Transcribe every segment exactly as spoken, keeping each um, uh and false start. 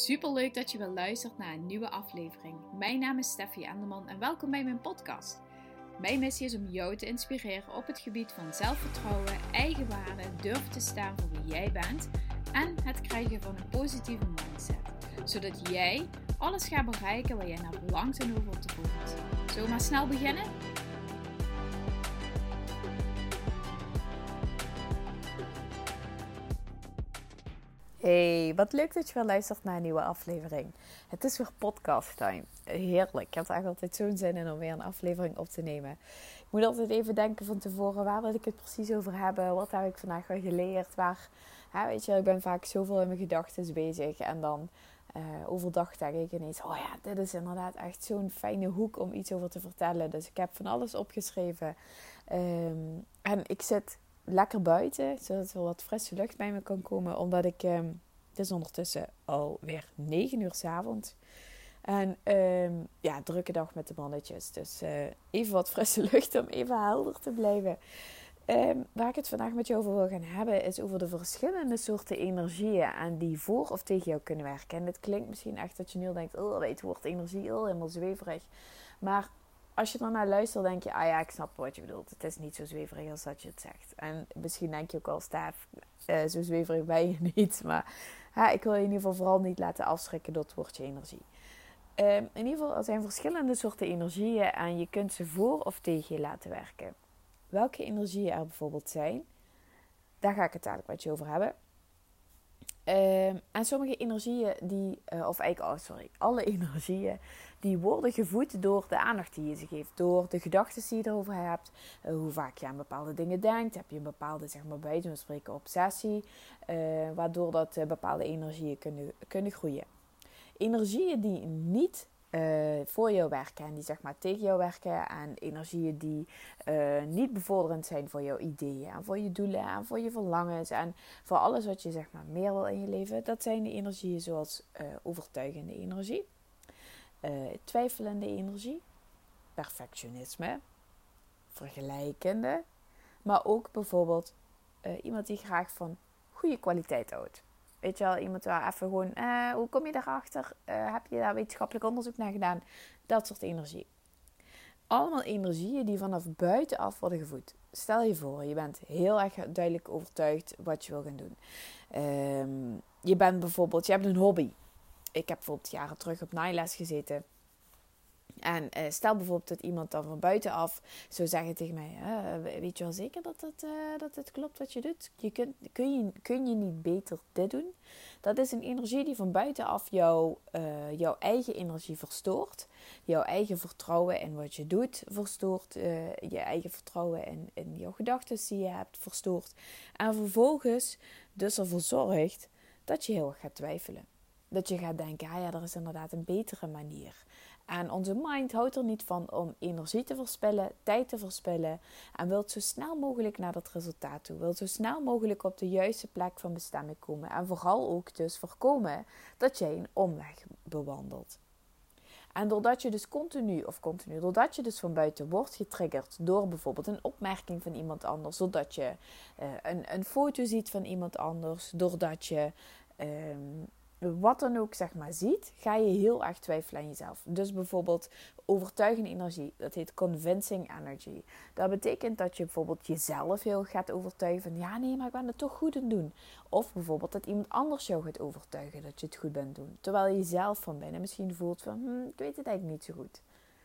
Super leuk dat je weer luistert naar een nieuwe aflevering. Mijn naam is Steffi Enderman en welkom bij mijn podcast. Mijn missie is om jou te inspireren op het gebied van zelfvertrouwen, eigenwaarde, durven te staan voor wie jij bent en het krijgen van een positieve mindset. Zodat jij alles gaat bereiken waar jij naar verlangt en over te voelt. Zullen we maar snel beginnen? Hey, wat leuk dat je weer luistert naar een nieuwe aflevering. Het is weer podcast time. Heerlijk. Ik heb er echt altijd zo'n zin in om weer een aflevering op te nemen. Ik moet altijd even denken van tevoren, waar wil ik het precies over hebben? Wat heb ik vandaag weer geleerd? Waar, hè, weet je, ik ben vaak zoveel in mijn gedachten bezig. En dan uh, overdag denk ik ineens, oh ja, dit is inderdaad echt zo'n fijne hoek om iets over te vertellen. Dus ik heb van alles opgeschreven. Um, en ik zit lekker buiten, zodat er wat frisse lucht bij me kan komen. Omdat ik, um, het is ondertussen alweer negen uur 's avonds. En um, ja, drukke dag met de mannetjes. Dus uh, even wat frisse lucht om even helder te blijven. Um, waar ik het vandaag met je over wil gaan hebben, is over de verschillende soorten energieën en die voor of tegen jou kunnen werken. En dit klinkt misschien echt dat je nu al denkt, oh, weet het woord energie, oh, helemaal zweverig. Maar als je ernaar luistert, denk je, ah ja, ik snap wat je bedoelt. Het is niet zo zweverig als dat je het zegt. En misschien denk je ook al, Stef, uh, zo zweverig ben je niet. Maar ha, ik wil je in ieder geval vooral niet laten afschrikken door het woordje energie. Uh, in ieder geval, er zijn verschillende soorten energieën en je kunt ze voor of tegen je laten werken. Welke energieën er bijvoorbeeld zijn, daar ga ik het dadelijk met je over hebben. Uh, en sommige energieën, die, uh, of eigenlijk, oh sorry, alle energieën, die worden gevoed door de aandacht die je ze geeft. Door de gedachten die je erover hebt. Uh, hoe vaak je aan bepaalde dingen denkt. Heb je een bepaalde, zeg maar bij we spreken, obsessie. Uh, waardoor dat uh, bepaalde energieën kunnen, kunnen groeien. Energieën die niet uh, voor jou werken en die zeg maar tegen jou werken. En energieën die uh, niet bevorderend zijn voor jouw ideeën. En voor je doelen en voor je verlangens. En voor alles wat je zeg maar meer wil in je leven. Dat zijn de energieën zoals uh, overtuigende energie. Uh, twijfelende energie, perfectionisme, vergelijkende, maar ook bijvoorbeeld uh, iemand die graag van goede kwaliteit houdt. Weet je wel, iemand waar even gewoon, uh, hoe kom je daarachter? Uh, heb je daar wetenschappelijk onderzoek naar gedaan? Dat soort energie. Allemaal energieën die vanaf buitenaf worden gevoed. Stel je voor, je bent heel erg duidelijk overtuigd wat je wil gaan doen. Um, je bent bijvoorbeeld, je hebt een hobby. Ik heb bijvoorbeeld jaren terug op naailes gezeten. En uh, stel bijvoorbeeld dat iemand dan van buitenaf zou zeggen tegen mij, uh, weet je wel zeker dat het, uh, dat het klopt wat je doet? Je kunt, kun, je, kun je niet beter dit doen? Dat is een energie die van buitenaf jou, uh, jouw eigen energie verstoort. Jouw eigen vertrouwen in wat je doet verstoort. Uh, je eigen vertrouwen in, in jouw gedachten die je hebt verstoort. En vervolgens dus ervoor zorgt dat je heel erg gaat twijfelen. Dat je gaat denken, ah ja, er is inderdaad een betere manier. En onze mind houdt er niet van om energie te verspillen, tijd te verspillen. En wil zo snel mogelijk naar dat resultaat toe. Wil zo snel mogelijk op de juiste plek van bestemming komen. En vooral ook dus voorkomen dat jij een omweg bewandelt. En doordat je dus continu, of continu, doordat je dus van buiten wordt getriggerd door bijvoorbeeld een opmerking van iemand anders. Doordat je uh, een, een foto ziet van iemand anders. Doordat je Um, wat dan ook zeg maar ziet, ga je heel erg twijfelen aan jezelf. Dus bijvoorbeeld overtuigende energie, dat heet convincing energy. Dat betekent dat je bijvoorbeeld jezelf heel gaat overtuigen van, ja nee, maar ik ben het toch goed aan het doen. Of bijvoorbeeld dat iemand anders jou gaat overtuigen dat je het goed bent doen. Terwijl je zelf van binnen misschien voelt van, hm, ik weet het eigenlijk niet zo goed.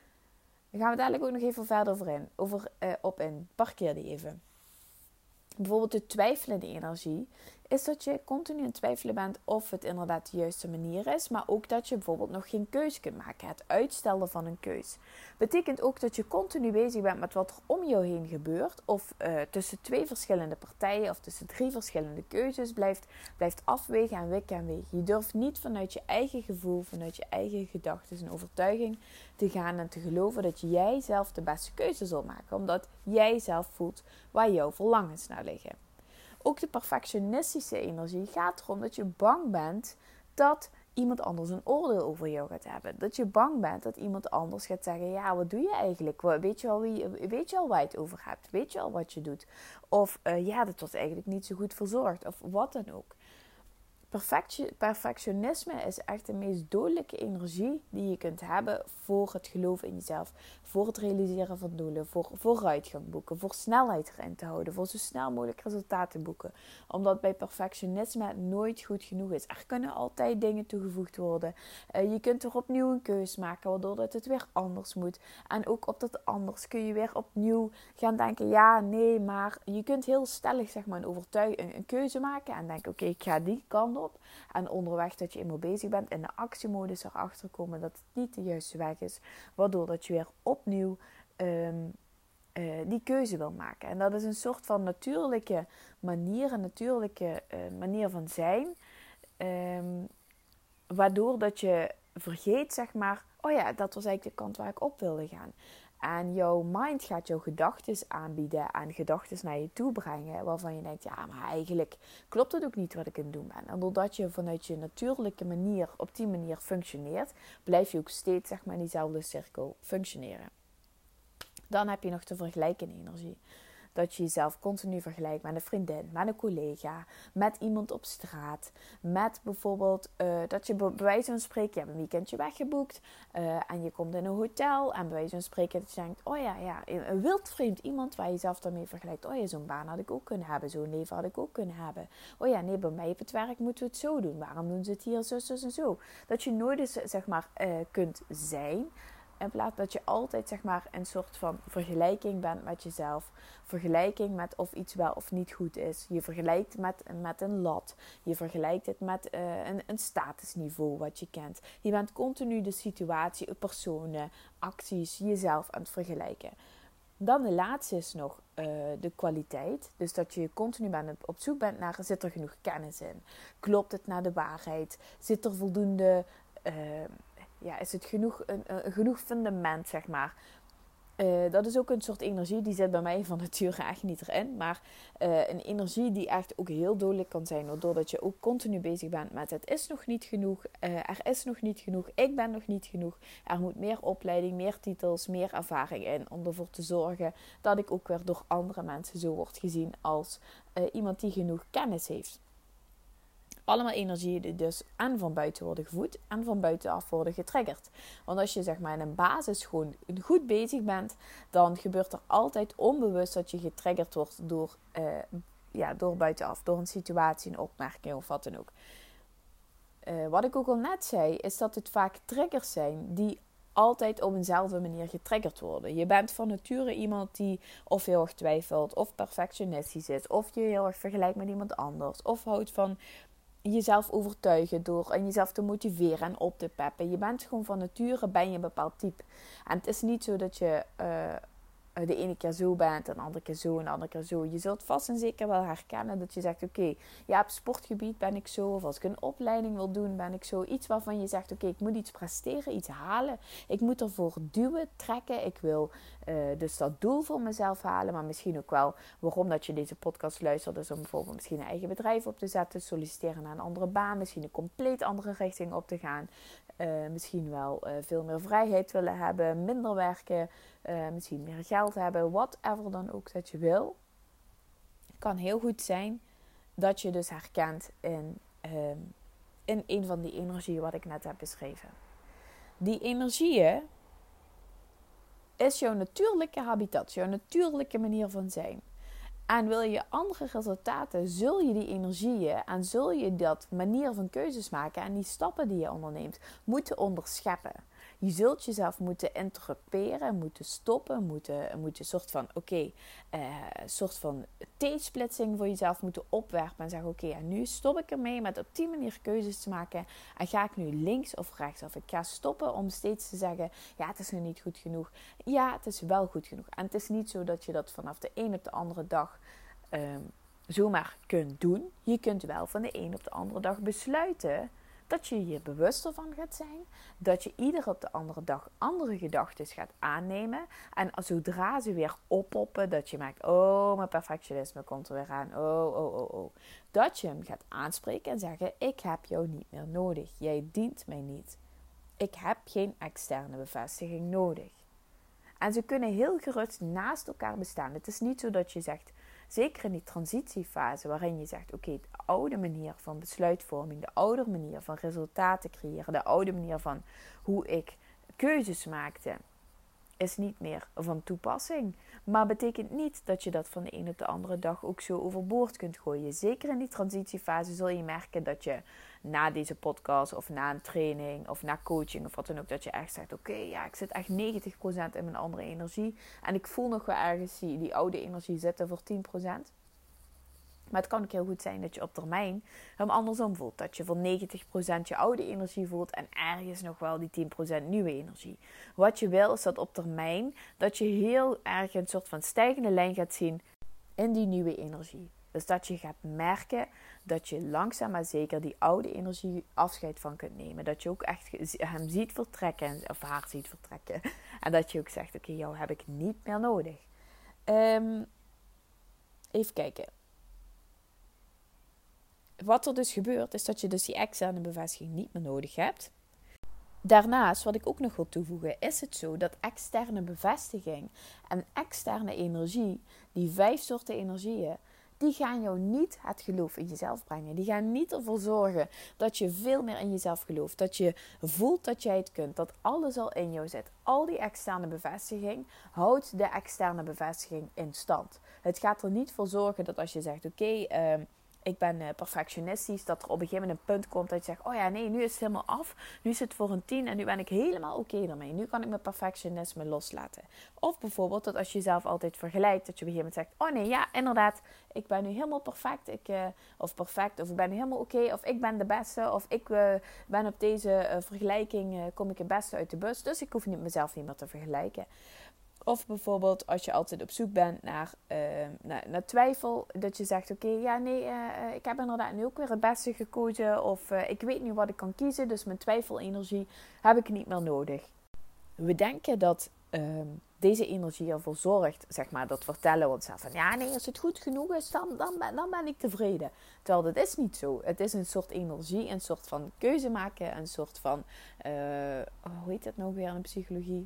Daar gaan we dadelijk ook nog even verder over, in, over uh, op in. Parkeer die even. Bijvoorbeeld de twijfelende energie is dat je continu aan het twijfelen bent of het inderdaad de juiste manier is. Maar ook dat je bijvoorbeeld nog geen keus kunt maken. Het uitstellen van een keus. Betekent ook dat je continu bezig bent met wat er om jou heen gebeurt. Of uh, tussen twee verschillende partijen of tussen drie verschillende keuzes blijft, blijft afwegen en wikken en wegen. Je durft niet vanuit je eigen gevoel, vanuit je eigen gedachten en overtuiging te gaan en te geloven dat jij zelf de beste keuze zult maken. Omdat jij zelf voelt waar jouw verlangens naar liggen. Ook de perfectionistische energie gaat erom dat je bang bent dat iemand anders een oordeel over jou gaat hebben. Dat je bang bent dat iemand anders gaat zeggen, ja, wat doe je eigenlijk? Weet je al, wie, weet je al waar je het over hebt? Weet je al wat je doet? Of uh, ja, dat wordt eigenlijk niet zo goed verzorgd. Of wat dan ook. Perfectio- perfectionisme is echt de meest dodelijke energie die je kunt hebben voor het geloven in jezelf. Voor het realiseren van doelen, voor vooruitgang boeken, voor snelheid erin te houden, voor zo snel mogelijk resultaten boeken. Omdat bij perfectionisme het nooit goed genoeg is. Er kunnen altijd dingen toegevoegd worden. Uh, je kunt er opnieuw een keus maken, waardoor dat het weer anders moet. En ook op dat anders kun je weer opnieuw gaan denken, ja, nee, maar je kunt heel stellig zeg maar, een, overtuig- een, een keuze maken en denken, oké, okay, ik ga die kant op. En onderweg dat je eenmaal bezig bent in de actiemodus erachter komen dat het niet de juiste weg is. Waardoor dat je weer opnieuw um, uh, die keuze wil maken. En dat is een soort van natuurlijke manier, een natuurlijke uh, manier van zijn. Um, waardoor dat je vergeet, zeg maar, oh ja, dat was eigenlijk de kant waar ik op wilde gaan. En jouw mind gaat jouw gedachten aanbieden en gedachten naar je toe brengen. Waarvan je denkt, ja, maar eigenlijk klopt het ook niet wat ik aan het doen ben. En doordat je vanuit je natuurlijke manier op die manier functioneert, blijf je ook steeds zeg maar, in diezelfde cirkel functioneren. Dan heb je nog de vergelijkende energie. Dat je jezelf continu vergelijkt met een vriendin, met een collega, met iemand op straat. Met bijvoorbeeld uh, dat je bij wijze van spreken, je hebt een weekendje weggeboekt uh, en je komt in een hotel. En bij wijze van spreken dat je denkt, oh ja, ja, een wildvreemd iemand waar je jezelf daarmee vergelijkt. Oh ja, zo'n baan had ik ook kunnen hebben, zo'n leven had ik ook kunnen hebben. Oh ja, nee, bij mij op het werk moeten we het zo doen. Waarom doen ze het hier zo, zo en zo? Dat je nooit eens, zeg maar, uh, kunt zijn. In plaats dat je altijd zeg maar een soort van vergelijking bent met jezelf. Vergelijking met of iets wel of niet goed is. Je vergelijkt met, met een lat. Je vergelijkt het met uh, een, een statusniveau wat je kent. Je bent continu de situatie, personen, acties, jezelf aan het vergelijken. Dan de laatste is nog uh, de kwaliteit. Dus dat je continu bent op zoek bent naar, zit er genoeg kennis in? Klopt het naar de waarheid? Zit er voldoende... Uh, Ja, is het genoeg, een, een genoeg fundament, zeg maar. Uh, dat is ook een soort energie, die zit bij mij van nature echt niet erin. Maar uh, een energie die echt ook heel dodelijk kan zijn. Doordat je ook continu bezig bent met het is nog niet genoeg. Uh, er is nog niet genoeg. Ik ben nog niet genoeg. Er moet meer opleiding, meer titels, meer ervaring in. Om ervoor te zorgen dat ik ook weer door andere mensen zo word gezien als uh, iemand die genoeg kennis heeft. Allemaal energieën die dus en van buiten worden gevoed en van buitenaf worden getriggerd. Want als je zeg maar in een basis gewoon goed bezig bent, dan gebeurt er altijd onbewust dat je getriggerd wordt door, uh, ja, door buitenaf. Door een situatie, een opmerking of wat dan ook. Uh, wat ik ook al net zei, is dat het vaak triggers zijn die altijd op eenzelfde manier getriggerd worden. Je bent van nature iemand die of heel erg twijfelt, of perfectionistisch is, of je heel erg vergelijkt met iemand anders, of houdt van jezelf overtuigen door en jezelf te motiveren en op te peppen. Je bent gewoon van nature, ben je een bepaald type. En het is niet zo dat je uh, de ene keer zo bent en de andere keer zo en de andere keer zo. Je zult vast en zeker wel herkennen dat je zegt, oké, okay, ja, op sportgebied ben ik zo. Of als ik een opleiding wil doen, ben ik zo. Iets waarvan je zegt, oké, okay, ik moet iets presteren, iets halen. Ik moet ervoor duwen, trekken. Ik wil uh, dus dat doel voor mezelf halen. Maar misschien ook wel waarom dat je deze podcast luistert. Dus om bijvoorbeeld misschien een eigen bedrijf op te zetten. Solliciteren naar een andere baan. Misschien een compleet andere richting op te gaan. Uh, misschien wel uh, veel meer vrijheid willen hebben. Minder werken. Uh, misschien meer geld hebben. Whatever dan ook dat je wil. Het kan heel goed zijn dat je dus herkent in, uh, in een van die energieën wat ik net heb beschreven. Die energieën is jouw natuurlijke habitat. Jouw natuurlijke manier van zijn. En wil je andere resultaten, zul je die energieën en zul je dat manier van keuzes maken en die stappen die je onderneemt, moeten onderscheppen. Je zult jezelf moeten interruperen, moeten stoppen, moeten, moeten een soort van, oké, okay, uh, soort van T-splitsing voor jezelf moeten opwerpen en zeggen, oké, okay, en nu stop ik ermee met op die manier keuzes te maken en ga ik nu links of rechts of ik ga stoppen om steeds te zeggen, ja, het is nu niet goed genoeg. Ja, het is wel goed genoeg. En het is niet zo dat je dat vanaf de een op de andere dag um, zomaar kunt doen. Je kunt wel van de een op de andere dag besluiten dat je je bewuster van gaat zijn. Dat je ieder op de andere dag andere gedachten gaat aannemen. En zodra ze weer oppoppen, dat je merkt, oh, mijn perfectionisme komt er weer aan. Oh, oh, oh, oh. Dat je hem gaat aanspreken en zeggen, ik heb jou niet meer nodig. Jij dient mij niet. Ik heb geen externe bevestiging nodig. En ze kunnen heel gerust naast elkaar bestaan. Het is niet zo dat je zegt, zeker in die transitiefase waarin je zegt, oké, okay, de oude manier van besluitvorming, de oude manier van resultaten creëren, de oude manier van hoe ik keuzes maakte, is niet meer van toepassing. Maar betekent niet dat je dat van de een op de andere dag ook zo overboord kunt gooien. Zeker in die transitiefase zul je merken dat je na deze podcast of na een training of na coaching of wat dan ook, dat je echt zegt, oké, okay, ja, ik zit echt negentig procent in mijn andere energie. En ik voel nog wel ergens die, die oude energie zitten voor tien procent. Maar het kan ook heel goed zijn dat je op termijn hem andersom voelt. Dat je voor negentig procent je oude energie voelt en ergens nog wel die tien procent nieuwe energie. Wat je wil is dat op termijn dat je heel erg een soort van stijgende lijn gaat zien in die nieuwe energie. Dus dat je gaat merken dat je langzaam maar zeker die oude energie afscheid van kunt nemen. Dat je ook echt hem ziet vertrekken of haar ziet vertrekken. En dat je ook zegt, oké, okay, jou heb ik niet meer nodig. Um, even kijken. Wat er dus gebeurt, is dat je dus die externe bevestiging niet meer nodig hebt. Daarnaast, wat ik ook nog wil toevoegen, is het zo dat externe bevestiging en externe energie, die vijf soorten energieën, die gaan jou niet het geloof in jezelf brengen. Die gaan niet ervoor zorgen dat je veel meer in jezelf gelooft. Dat je voelt dat jij het kunt. Dat alles al in jou zit. Al die externe bevestiging houdt de externe bevestiging in stand. Het gaat er niet voor zorgen dat als je zegt, oké, okay, uh, ik ben uh, perfectionistisch, dat er op een gegeven moment een punt komt dat je zegt, oh ja, nee, nu is het helemaal af. Nu is het voor een tien en nu ben ik helemaal oké okay ermee. Nu kan ik mijn perfectionisme loslaten. Of bijvoorbeeld dat als je jezelf altijd vergelijkt, dat je op een gegeven moment zegt, oh nee, ja, inderdaad, ik ben nu helemaal perfect. Ik, uh, of perfect, of ik ben nu helemaal oké, okay, of ik ben de beste, of ik uh, ben op deze uh, vergelijking, uh, kom ik het beste uit de bus. Dus ik hoef niet, mezelf niet meer te vergelijken. Of bijvoorbeeld als je altijd op zoek bent naar, uh, naar, naar twijfel. Dat je zegt, oké, okay, ja nee, uh, ik heb inderdaad nu ook weer het beste gekozen. Of uh, ik weet nu wat ik kan kiezen. Dus mijn twijfelenergie heb ik niet meer nodig. We denken dat uh, deze energie ervoor zorgt, zeg maar, dat vertellen we onszelf van, ja nee, als het goed genoeg is, dan, dan, ben, dan ben ik tevreden. Terwijl dat is niet zo. Het is een soort energie, een soort van keuze maken. Een soort van, uh, hoe heet dat nou weer in de psychologie?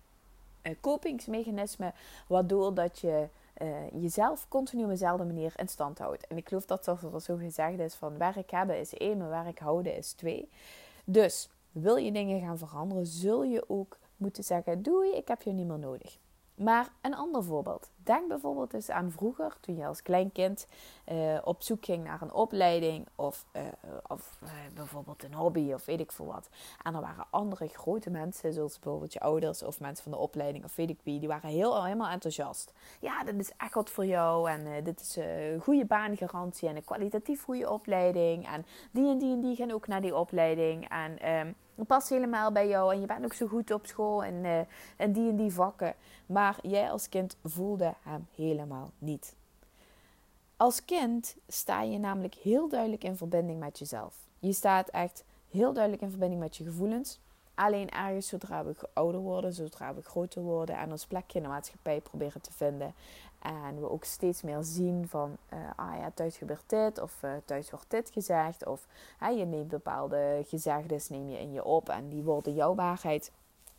Uh, kopingsmechanisme, waardoor dat je uh, jezelf continu op dezelfde manier in stand houdt. En ik geloof dat dat er zo gezegd is van werk hebben is één, maar werk houden is twee. Dus wil je dingen gaan veranderen, zul je ook moeten zeggen, doei, ik heb je niet meer nodig. Maar een ander voorbeeld. Denk bijvoorbeeld eens aan vroeger, toen je als klein kind uh, op zoek ging naar een opleiding of, uh, of uh, bijvoorbeeld een hobby of weet ik veel wat. En er waren andere grote mensen, zoals bijvoorbeeld je ouders of mensen van de opleiding of weet ik wie, die waren heel, helemaal enthousiast. Ja, dit is echt wat voor jou en uh, dit is een goede baangarantie en een kwalitatief goede opleiding. En die en die en die gaan ook naar die opleiding en um, het past helemaal bij jou en je bent ook zo goed op school en, uh, en die en die vakken. Maar jij als kind voelde hem helemaal niet. Als kind sta je namelijk heel duidelijk in verbinding met jezelf. Je staat echt heel duidelijk in verbinding met je gevoelens. Alleen ergens zodra we ouder worden, zodra we groter worden en ons plekje in de maatschappij proberen te vinden. En we ook steeds meer zien van, uh, ah ja, thuis gebeurt dit of uh, thuis wordt dit gezegd. Of uh, je neemt bepaalde gezegdes neem je in je op en die worden jouw waarheid.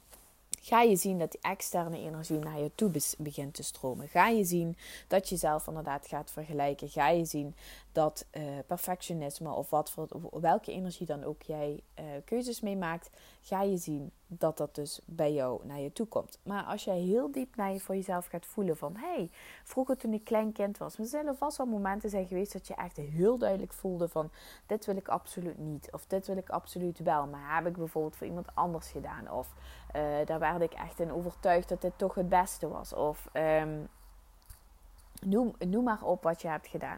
Ga je zien dat die externe energie naar je toe begint te stromen. Ga je zien dat je jezelf inderdaad gaat vergelijken. Ga je zien dat uh, perfectionisme of wat voor, welke energie dan ook jij uh, keuzes mee maakt. Ga je zien dat dat dus bij jou naar je toe komt. Maar als jij heel diep naar je voor jezelf gaat voelen van, hé, hey, vroeger toen ik klein kind was. Er zullen vast wel momenten zijn geweest dat je echt heel duidelijk voelde van, dit wil ik absoluut niet. Of dit wil ik absoluut wel. Maar heb ik bijvoorbeeld voor iemand anders gedaan. Of uh, daar werd ik echt in overtuigd dat dit toch het beste was. Of um, noem, noem maar op wat je hebt gedaan.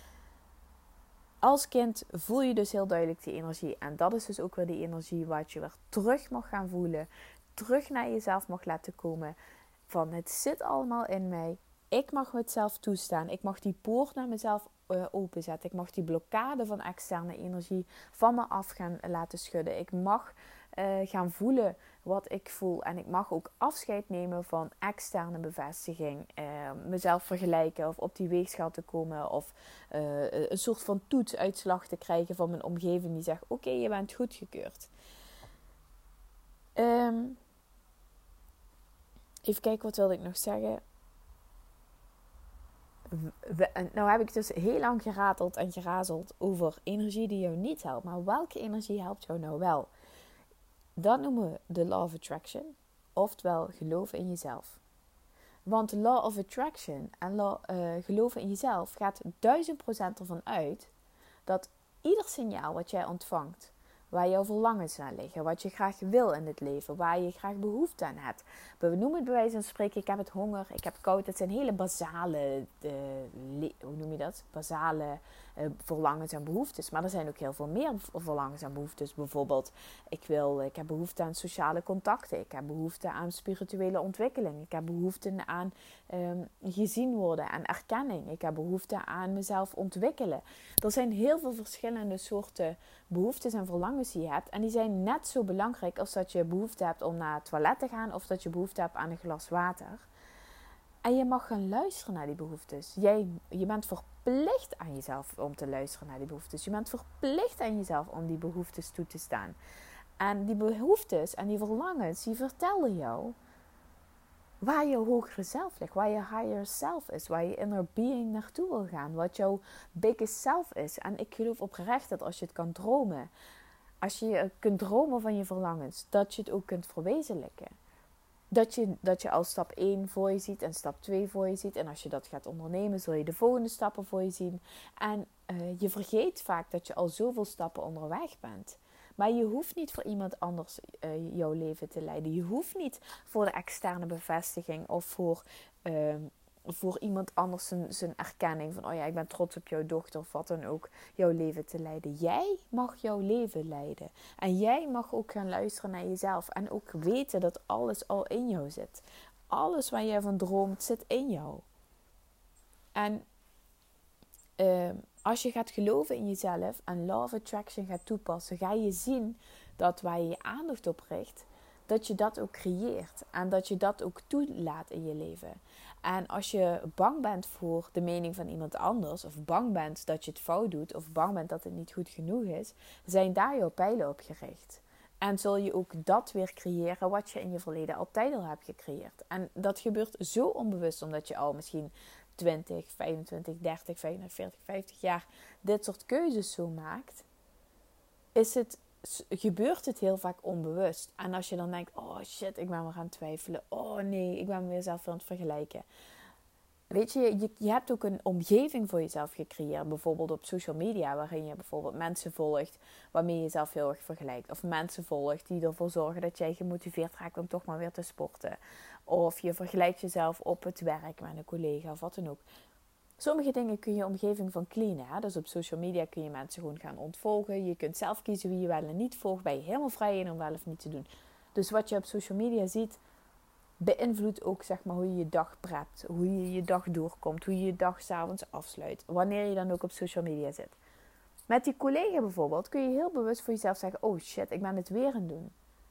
Als kind voel je dus heel duidelijk die energie. En dat is dus ook weer die energie wat je weer terug mag gaan voelen. Terug naar jezelf mag laten komen. Van het zit allemaal in mij. Ik mag het zelf toestaan. Ik mag die poort naar mezelf uh, openzetten. Ik mag die blokkade van externe energie van me af gaan laten schudden. Ik mag uh, gaan voelen wat ik voel. En ik mag ook afscheid nemen van externe bevestiging. Uh, mezelf vergelijken of op die weegschaal te komen. Of uh, een soort van toetsuitslag te krijgen van mijn omgeving die zegt, oké, okay, je bent goedgekeurd. Um, even kijken, wat wilde ik nog zeggen? we, nou heb ik dus heel lang gerateld en gerazeld over energie die jou niet helpt. Maar welke energie helpt jou nou wel? Dat noemen we de Law of Attraction. Oftewel geloven in jezelf. Want de Law of Attraction en law, uh, geloven in jezelf gaat duizend procent ervan uit dat ieder signaal wat jij ontvangt, waar jouw verlangens naar liggen, wat je graag wil in het leven, waar je graag behoefte aan hebt. We noemen het bij wijze van spreken, ik heb het honger, ik heb koud. Dat zijn hele basale, uh, le- hoe noem je dat? Basale uh, verlangens en behoeftes. Maar er zijn ook heel veel meer verlangens en behoeftes. Bijvoorbeeld, ik, wil, ik heb behoefte aan sociale contacten. Ik heb behoefte aan spirituele ontwikkeling. Ik heb behoefte aan um, gezien worden en erkenning. Ik heb behoefte aan mezelf ontwikkelen. Er zijn heel veel verschillende soorten behoeftes en verlangens die je hebt. En die zijn net zo belangrijk als dat je behoefte hebt om naar het toilet te gaan of dat je behoefte hebt aan een glas water. En je mag gaan luisteren naar die behoeftes. Jij, je bent verplicht aan jezelf om te luisteren naar die behoeftes. Je bent verplicht aan jezelf om die behoeftes toe te staan. En die behoeftes en die verlangens, die vertellen jou waar je hogere zelf ligt, waar je higher self is, waar je inner being naartoe wil gaan, wat jouw biggest self is. En ik geloof oprecht dat als je het kan dromen, als je kunt dromen van je verlangens, dat je het ook kunt verwezenlijken. Dat je, dat je al stap één voor je ziet en stap twee voor je ziet. En als je dat gaat ondernemen, zul je de volgende stappen voor je zien. En uh, je vergeet vaak dat je al zoveel stappen onderweg bent. Maar je hoeft niet voor iemand anders uh, jouw leven te leiden. Je hoeft niet voor de externe bevestiging of voor, uh, voor iemand anders zijn, zijn erkenning van, oh ja, ik ben trots op jouw dochter of wat dan ook, jouw leven te leiden. Jij mag jouw leven leiden. En jij mag ook gaan luisteren naar jezelf. En ook weten dat alles al in jou zit. Alles waar jij van droomt zit in jou. En Uh, als je gaat geloven in jezelf en Law of Attraction gaat toepassen, ga je zien dat waar je je aandacht op richt, dat je dat ook creëert. En dat je dat ook toelaat in je leven. En als je bang bent voor de mening van iemand anders, of bang bent dat je het fout doet, of bang bent dat het niet goed genoeg is, zijn daar jouw pijlen op gericht. En zul je ook dat weer creëren wat je in je verleden altijd al hebt gecreëerd. En dat gebeurt zo onbewust, omdat je al misschien twintig, vijfentwintig, dertig, vijfenveertig, veertig, vijftig jaar dit soort keuzes zo maakt, is het, gebeurt het heel vaak onbewust. En als je dan denkt, oh shit, ik ben weer aan het twijfelen. Oh nee, ik ben weer zelf aan het vergelijken. Weet je, je, je hebt ook een omgeving voor jezelf gecreëerd. Bijvoorbeeld op social media, waarin je bijvoorbeeld mensen volgt waarmee je jezelf heel erg vergelijkt. Of mensen volgt die ervoor zorgen dat jij gemotiveerd raakt om toch maar weer te sporten. Of je vergelijkt jezelf op het werk met een collega of wat dan ook. Sommige dingen kun je omgeving van cleanen. Hè? Dus op social media kun je mensen gewoon gaan ontvolgen. Je kunt zelf kiezen wie je wel en niet volgt. Ben je helemaal vrij in om wel of niet te doen. Dus wat je op social media ziet, beïnvloedt ook zeg maar hoe je je dag prept. Hoe je je dag doorkomt. Hoe je je dag 's avonds afsluit. Wanneer je dan ook op social media zit. Met die collega bijvoorbeeld kun je heel bewust voor jezelf zeggen, oh shit, ik ben het weer aan het doen.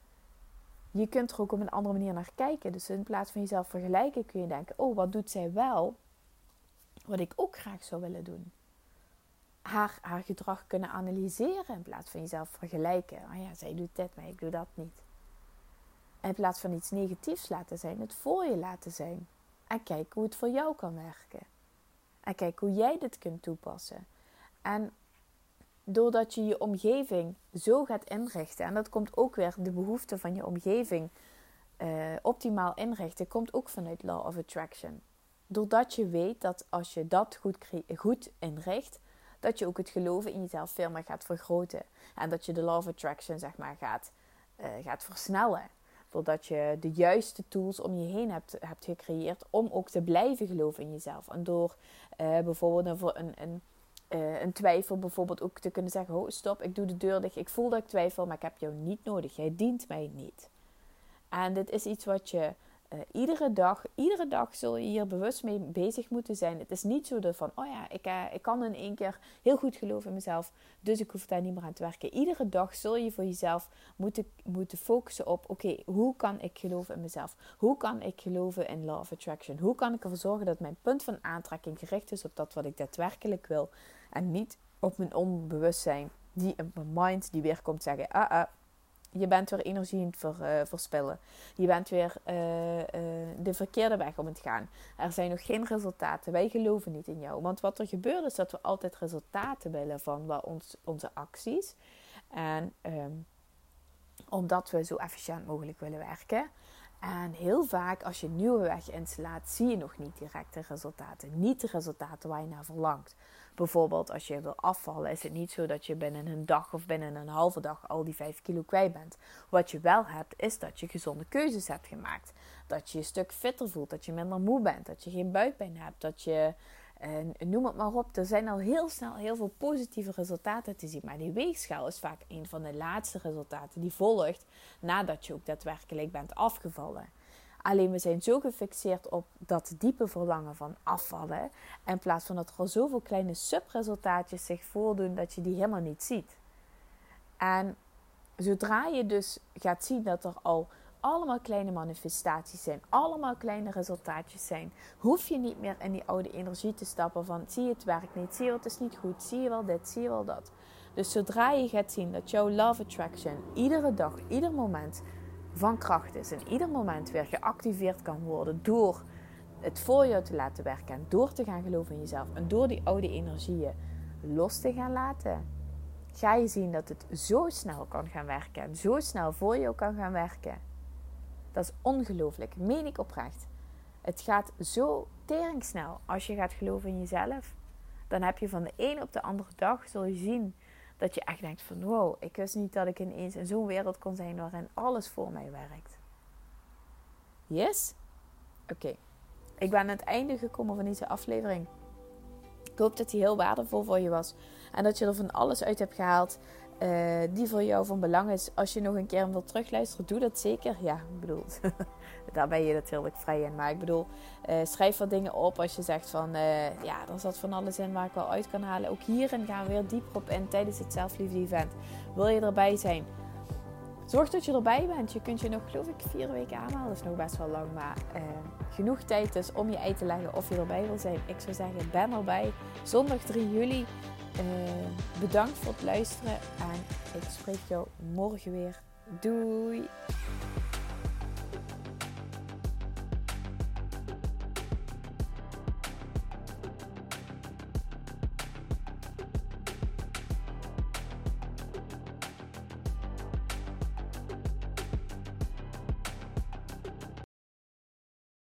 Je kunt er ook op een andere manier naar kijken. Dus in plaats van jezelf vergelijken kun je denken, oh, wat doet zij wel wat ik ook graag zou willen doen. Haar, haar gedrag kunnen analyseren in plaats van jezelf vergelijken. Oh ja, zij doet dit, maar ik doe dat niet. In plaats van iets negatiefs laten zijn, het voor je laten zijn. En kijk hoe het voor jou kan werken. En kijk hoe jij dit kunt toepassen. En doordat je je omgeving zo gaat inrichten, en dat komt ook weer de behoefte van je omgeving uh, optimaal inrichten, komt ook vanuit Law of Attraction. Doordat je weet dat als je dat goed, cre- goed inricht, dat je ook het geloven in jezelf veel meer gaat vergroten. En dat je de Law of Attraction zeg maar gaat, uh, gaat versnellen. Doordat je de juiste tools om je heen hebt, hebt gecreëerd om ook te blijven geloven in jezelf. En door uh, bijvoorbeeld een, een, een, uh, een twijfel bijvoorbeeld ook te kunnen zeggen, oh stop, ik doe de deur dicht, ik voel dat ik twijfel, maar ik heb jou niet nodig. Jij dient mij niet. En dit is iets wat je uh, iedere dag, iedere dag zul je hier bewust mee bezig moeten zijn. Het is niet zo dat van, oh ja, ik, uh, ik kan in één keer heel goed geloven in mezelf, dus ik hoef daar niet meer aan te werken. Iedere dag zul je voor jezelf moeten, moeten focussen op, oké, okay, hoe kan ik geloven in mezelf? Hoe kan ik geloven in Law of Attraction? Hoe kan ik ervoor zorgen dat mijn punt van aantrekking gericht is op dat wat ik daadwerkelijk wil en niet op mijn onbewustzijn, die op mijn mind die weer komt zeggen, ah ah, Je bent weer energie aan het ver, uh, verspillen. Je bent weer uh, uh, de verkeerde weg om het gaan. Er zijn nog geen resultaten. Wij geloven niet in jou. Want wat er gebeurt is dat we altijd resultaten willen van ons, onze acties. En um, omdat we zo efficiënt mogelijk willen werken. En heel vaak als je een nieuwe weg inslaat, zie je nog niet direct de resultaten. Niet de resultaten waar je naar verlangt. Bijvoorbeeld als je wil afvallen, is het niet zo dat je binnen een dag of binnen een halve dag al die vijf kilo kwijt bent. Wat je wel hebt, is dat je gezonde keuzes hebt gemaakt. Dat je je een stuk fitter voelt, dat je minder moe bent, dat je geen buikpijn hebt, dat je, eh, noem het maar op. Er zijn al heel snel heel veel positieve resultaten te zien. Maar die weegschaal is vaak een van de laatste resultaten die volgt nadat je ook daadwerkelijk bent afgevallen. Alleen we zijn zo gefixeerd op dat diepe verlangen van afvallen. In plaats van dat er al zoveel kleine subresultaatjes zich voordoen dat je die helemaal niet ziet. En zodra je dus gaat zien dat er al allemaal kleine manifestaties zijn. Allemaal kleine resultaatjes zijn. Hoef je niet meer in die oude energie te stappen van zie je het werkt niet. Zie je het is niet goed. Zie je wel dit. Zie je wel dat. Dus zodra je gaat zien dat jouw love attraction iedere dag, ieder moment van kracht is. En ieder moment weer geactiveerd kan worden door het voor jou te laten werken. En door te gaan geloven in jezelf. En door die oude energieën los te gaan laten. Ga je zien dat het zo snel kan gaan werken. En zo snel voor jou kan gaan werken. Dat is ongelooflijk. Meen ik oprecht. Het gaat zo teringsnel als je gaat geloven in jezelf. Dan heb je van de ene op de andere dag, zul je zien dat je echt denkt van wow, ik wist niet dat ik ineens in zo'n wereld kon zijn waarin alles voor mij werkt. Yes? Oké. Okay. Ik ben aan het einde gekomen van deze aflevering. Ik hoop dat die heel waardevol voor je was. En dat je er van alles uit hebt gehaald uh, die voor jou van belang is. Als je nog een keer wilt terugluisteren, doe dat zeker. Ja, ik bedoel, daar ben je natuurlijk vrij in. Maar ik bedoel, uh, schrijf wat dingen op als je zegt van uh, ja, er zat van alles in waar ik wel uit kan halen. Ook hierin gaan we weer dieper op in tijdens het zelfliefde event. Wil je erbij zijn? Zorg dat je erbij bent. Je kunt je nog, geloof ik, vier weken aanhalen. Dat is nog best wel lang. Maar uh, genoeg tijd dus om je uit te leggen of je erbij wil zijn. Ik zou zeggen, ben erbij. Zondag drie juli. Uh, bedankt voor het luisteren. En ik spreek jou morgen weer. Doei!